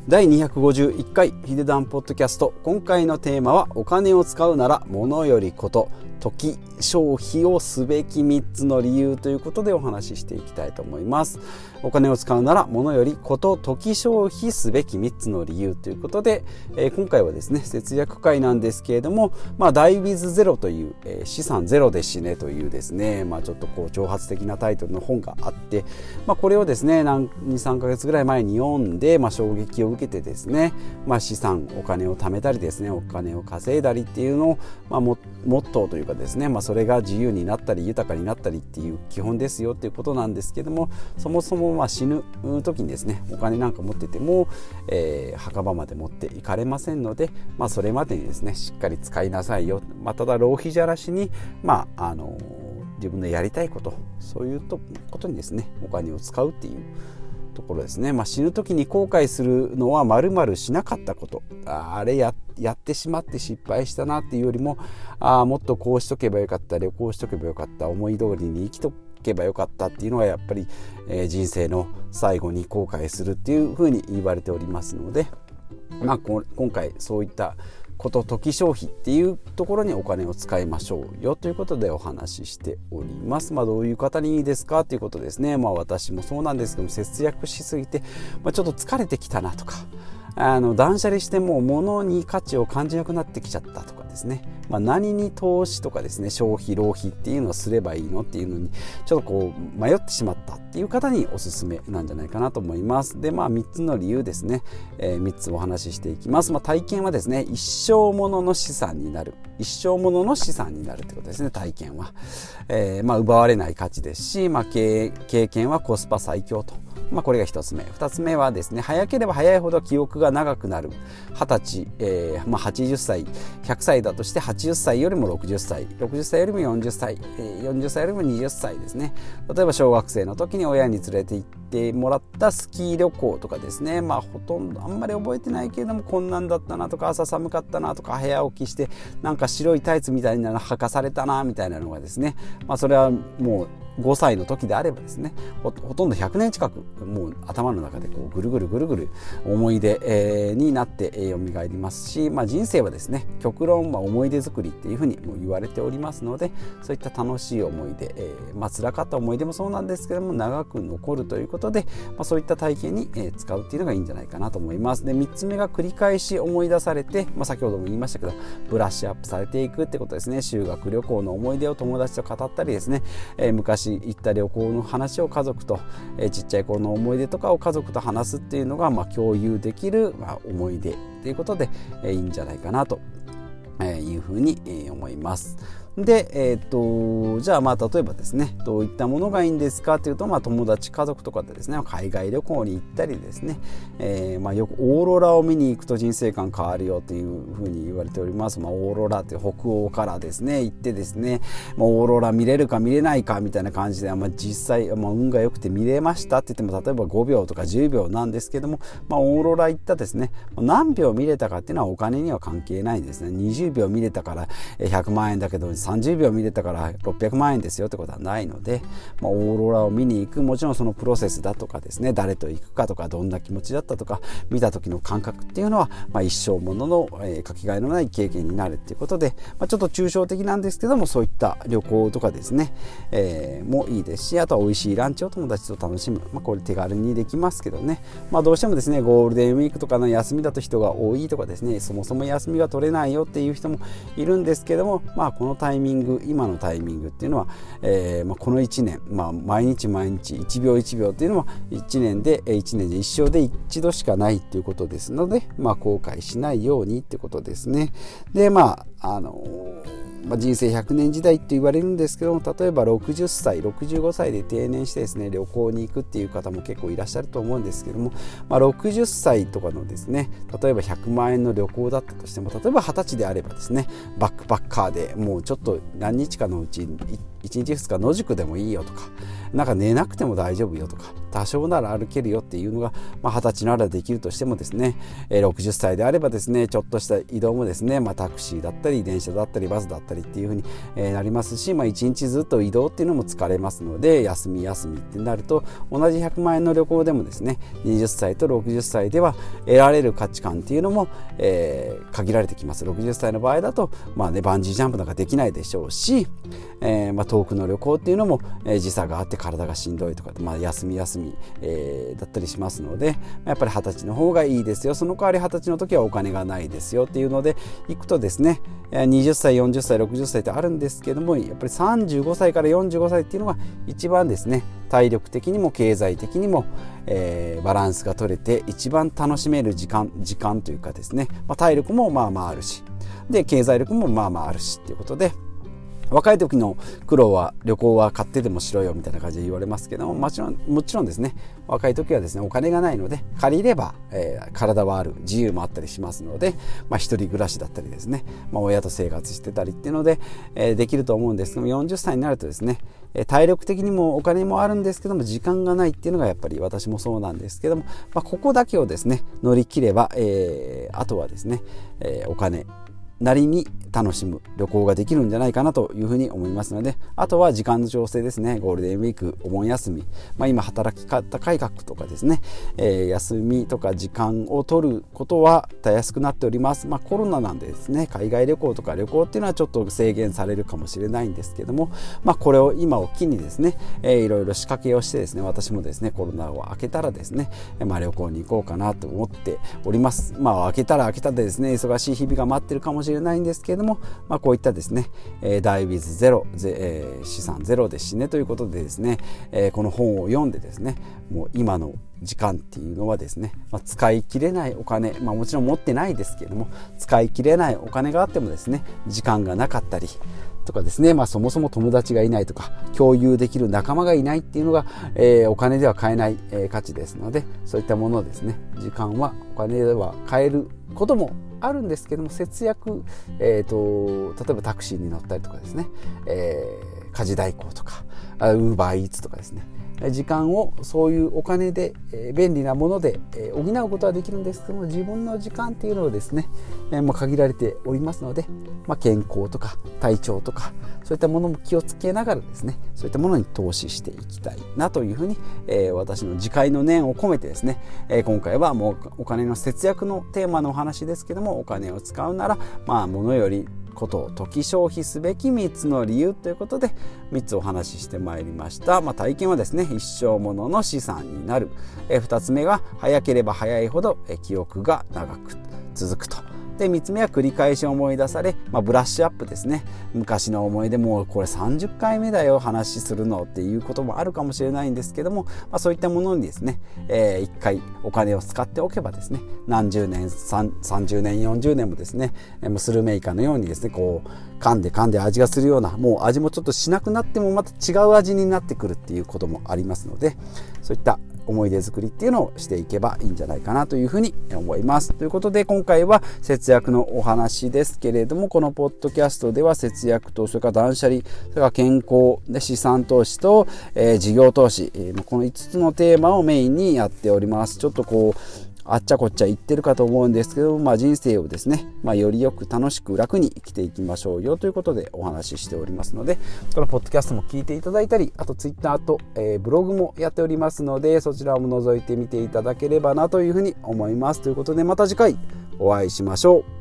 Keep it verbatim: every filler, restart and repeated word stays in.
だいにひゃくごじゅういっかいヒデダンポッドキャスト。今回のテーマは、お金を使うなら物よりこと、時、消費をすべきみっつの理由ということでお話ししていきたいと思います。お金を使うなら物よりこと、時、消費すべきみっつの理由ということで、えー、今回はですね節約会なんですけれども、まあ、ダイウィズゼロという、えー、資産ゼロで死ねというですね、まあ、ちょっとこう挑発的なタイトルの本があって、まあ、これをですねにさんかげつぐらい前に読んで、まあ、衝撃を受けてですね、まあ、資産お金を貯めたりですねお金を稼いだりっていうのを、まあ、モットーというかですね、まあ、それが自由になったり豊かになったりっていう基本ですよっていうことなんですけども、そもそもまあ死ぬ時にですねお金なんか持ってても、えー、墓場まで持っていかれませんので、まあ、それまでにですねしっかり使いなさいよ、まあ、ただ浪費じゃらしに、まああのー、自分のやりたいことそういうことにですねお金を使うっていうところですね。まあ、死ぬ時に後悔するのは〇〇しなかったこと、あ, あれ や, やってしまって失敗したなっていうよりも、あもっとこうしとけばよかった、旅行しとけばよかった、思い通りに生きとけばよかったっていうのがやっぱり、えー、人生の最後に後悔するっていうふうに言われておりますので、まあ、こ今回そういったこと、時、消費っていうところにお金を使いましょうよということでお話ししております。まあ、どういう方にいいですかということですね。まあ、私もそうなんですけども、節約しすぎて、まあ、ちょっと疲れてきたなとか、あの断捨離してもう物に価値を感じなくなってきちゃったとかですね、まあ、何に投資とかですね消費浪費っていうのをすればいいのっていうのにちょっとこう迷ってしまったっていう方におすすめなんじゃないかなと思います。でまあみっつの理由ですね、えー、みっつお話ししていきます。まあ、体験はですね一生ものの資産になる一生ものの資産になるってことですね。体験は、えー、まあ奪われない価値ですし、まあ、経, 経験はコスパ最強と、まあ、これがひとつめ。ふたつめはですね早ければ早いほど記憶が長くなる。はたち、えーまあ、はちじゅっさいひゃくさいだとしてはちじゅっさいよりもろくじゅっさいろくじゅっさいよりもよんじゅっさい、えー、よんじゅっさいよりもにじゅっさいですね。例えば小学生の時に親に連れて行ってもらったスキー旅行とかですね、まあほとんどあんまり覚えてないけれどもこんなんだったなとか、朝寒かったなとか、早起きしてなんか白いタイツみたいなの履かされたなみたいなのがですね、まあ、それはもうごさいの時であればですね ほ, ほとんどひゃくねん近くもう頭の中でこうぐるぐるぐるぐる思い出、えー、になって蘇りますし、まあ、人生はですね極論、まあ、思い出作りっていうふうにも言われておりますので、そういった楽しい思い出、えーまあ、辛かった思い出もそうなんですけども長く残るということで、まあ、そういった体験に、えー、使うっていうのがいいんじゃないかなと思います。でみっつめが繰り返し思い出されて、まあ、先ほども言いましたけどブラッシュアップされていくってことですね。修学旅行の思い出を友達と語ったりですね、えー、昔行った旅行の話を家族と、えー、ちっちゃい頃の思い出とかを家族と話すっていうのが、まあ、共有できる、まあ、思い出ということで、えー、いいんじゃないかなというふうに、えー、思います。で、えー、とじゃあまあ例えばですねどういったものがいいんですかというと、まあ、友達家族とかでですね海外旅行に行ったりですね、えーまあ、よくオーロラを見に行くと人生観変わるよというふうに言われております。まあ、オーロラって北欧からですね行ってですね、まあ、オーロラ見れるか見れないかみたいな感じで、まあ、実際、まあ、運が良くて見れましたって言っても例えばごびょうとかじゅうびょうなんですけども、まあ、オーロラ行ったですね何秒見れたかっていうのはお金には関係ないんですね。にじゅうびょう見れたからひゃくまんえんだけどさんじゅうびょう見れたからろっぴゃくまんえんですよってことはないので、まあ、オーロラを見に行くもちろんそのプロセスだとかですね誰と行くかとかどんな気持ちだったとか見た時の感覚っていうのは、まあ、一生ものの、えー、かけがえのない経験になるっていうことで、まあ、ちょっと抽象的なんですけどもそういった旅行とかですね、えー、もいいですし、あとは美味しいランチを友達と楽しむ、まあ、これ手軽にできますけどね、まあ、どうしてもですねゴールデンウィークとかの休みだと人が多いとかですねそもそも休みが取れないよっていう人もいるんですけども、まあ、このタイミング今のタイミングっていうのは、えーまあ、このいちねん、まあ、毎日毎日いちびょういちびょうっていうのはいちねんでいちねんで一生で一度しかないっていうことですので、まあ、後悔しないようにってことですね。でまああのーまあ、人生ひゃくねん時代って言われるんですけども、例えばろくじゅっさいろくじゅうごさいで定年してですね旅行に行くっていう方も結構いらっしゃると思うんですけども、まあ、ろくじゅっさいとかのですね例えばひゃくまんえんの旅行だったとしても、例えばはたちであればですねバックパッカーでもうちょっと何日かのうちいちにちふつか野宿でもいいよとか、なんか寝なくても大丈夫よとか、 多少なら歩けるよっていうのが、まあ、はたちならできるとしてもですね、えー、ろくじゅっさいであればですね、ちょっとした移動もですね、まあ、タクシーだったり電車だったりバスだったりっていう風に、えー、なりますし、まあ、いちにちずっと移動っていうのも疲れますので、休み休みってなると同じひゃくまんえんの旅行でもですね、はたちとろくじゅっさいでは得られる価値観っていうのも、えー、限られてきます。ろくじゅっさいの場合だと、まあね、バンジージャンプなんかできないでしょうし、えーまあ、遠くの旅行っていうのも、えー、時差があって体がしんどいとか、まあ、休み休み、えー、だったりしますので、やっぱりはたちの方がいいですよ、その代わりはたちの時はお金がないですよっていうので行くとですね、はたち、よんじゅっさい、ろくじゅっさいってあるんですけども、やっぱりさんじゅうごさいからよんじゅうごさいっていうのが一番ですね、体力的にも経済的にも、えー、バランスが取れて一番楽しめる時間時間というかですね、まあ、体力もまあまああるし、で経済力もまあまああるしっていうことで、若い時の苦労は旅行は買ってでもしろよみたいな感じで言われますけども、もちろんもちろんですね、若い時はですね、お金がないので借りれば、えー、体はある、自由もあったりしますので、まあ、一人暮らしだったりですね、まあ、親と生活してたりっていうので、えー、できると思うんですけども、よんじゅっさいになるとですね、体力的にもお金もあるんですけども時間がないっていうのがやっぱり私もそうなんですけども、まあ、ここだけをですね乗り切れば、えー、あとはですね、えー、お金なりに楽しむ旅行ができるんじゃないかなというふうに思いますので、あとは時間の調整ですね。ゴールデンウィーク、お盆休み、まあ、今働き方改革とかですね、えー、休みとか時間を取ることはたやすくなっております。まあ、コロナなんでですね、海外旅行とか旅行っていうのはちょっと制限されるかもしれないんですけども、まあ、これを今を機にですね、えー、いろいろ仕掛けをしてですね、私もですねコロナを明けたらですね、まあ、旅行に行こうかなと思っております。まあ、明けたら明けたでですね、忙しい日々が待ってるかもしれないんですけれども、まあ、こういったですね、えー、ダイウィズゼロ、えー、資産ゼロで死ねということでですね、えー、この本を読んでですね、もう今の時間っていうのはですね、まあ、使い切れないお金、まあ、もちろん持ってないですけれども、使い切れないお金があってもですね、時間がなかったりとかですね、まあ、そもそも友達がいないとか共有できる仲間がいないっていうのが、えー、お金では買えない、えー、価値ですので、そういったものをですね、時間はお金では買えることもあるんですけども、節約、えーと、例えばタクシーに乗ったりとかですね、えー、家事代行とかウーバーイーツとかですね、時間をそういうお金で、えー、便利なもので、えー、補うことはできるんですけども、自分の時間っていうのはですね、えー、もう限られておりますので、まあ、健康とか体調とかそういったものも気をつけながらですね、そういったものに投資していきたいなというふうに、えー、私の自戒の念を込めてですね、えー、今回はもうお金の節約のテーマのお話ですけども、お金を使うならまあ物よりことを時消費すべきみっつの理由ということでみっつお話ししてまいりました。まあ、体験はですね、一生ものの資産になる。えふたつめが早ければ早いほどえ記憶が長く続くと。でみっつめは繰り返し思い出され、まあ、ブラッシュアップですね。昔の思い出、もうこれさんじゅっかいめだよ話するのっていうこともあるかもしれないんですけども、まあ、そういったものにですね、えー、いっかいお金を使っておけばですね、何十年さんじゅうねんよんじゅうねんもですね、スルメイカのようにですね、こう噛んで噛んで味がするような、もう味もちょっとしなくなってもまた違う味になってくるっていうこともありますので、そういった思い出作りっていうのをしていけばいいんじゃないかなというふうに思います。ということで今回は節約のお話ですけれども、このポッドキャストでは節約と、それから断捨離、それから健康で資産投資と、えー、事業投資、えー、このいつつのテーマをメインにやっております。ちょっとこうあっちゃこっちゃ言ってるかと思うんですけど、まあ、人生をですね、まあ、よりよく楽しく楽に生きていきましょうよということでお話ししておりますので、このポッドキャストも聞いていただいたり、あとツイッターと、えー、ブログもやっておりますので、そちらも覗いてみていただければなというふうに思います。ということでまた次回お会いしましょう。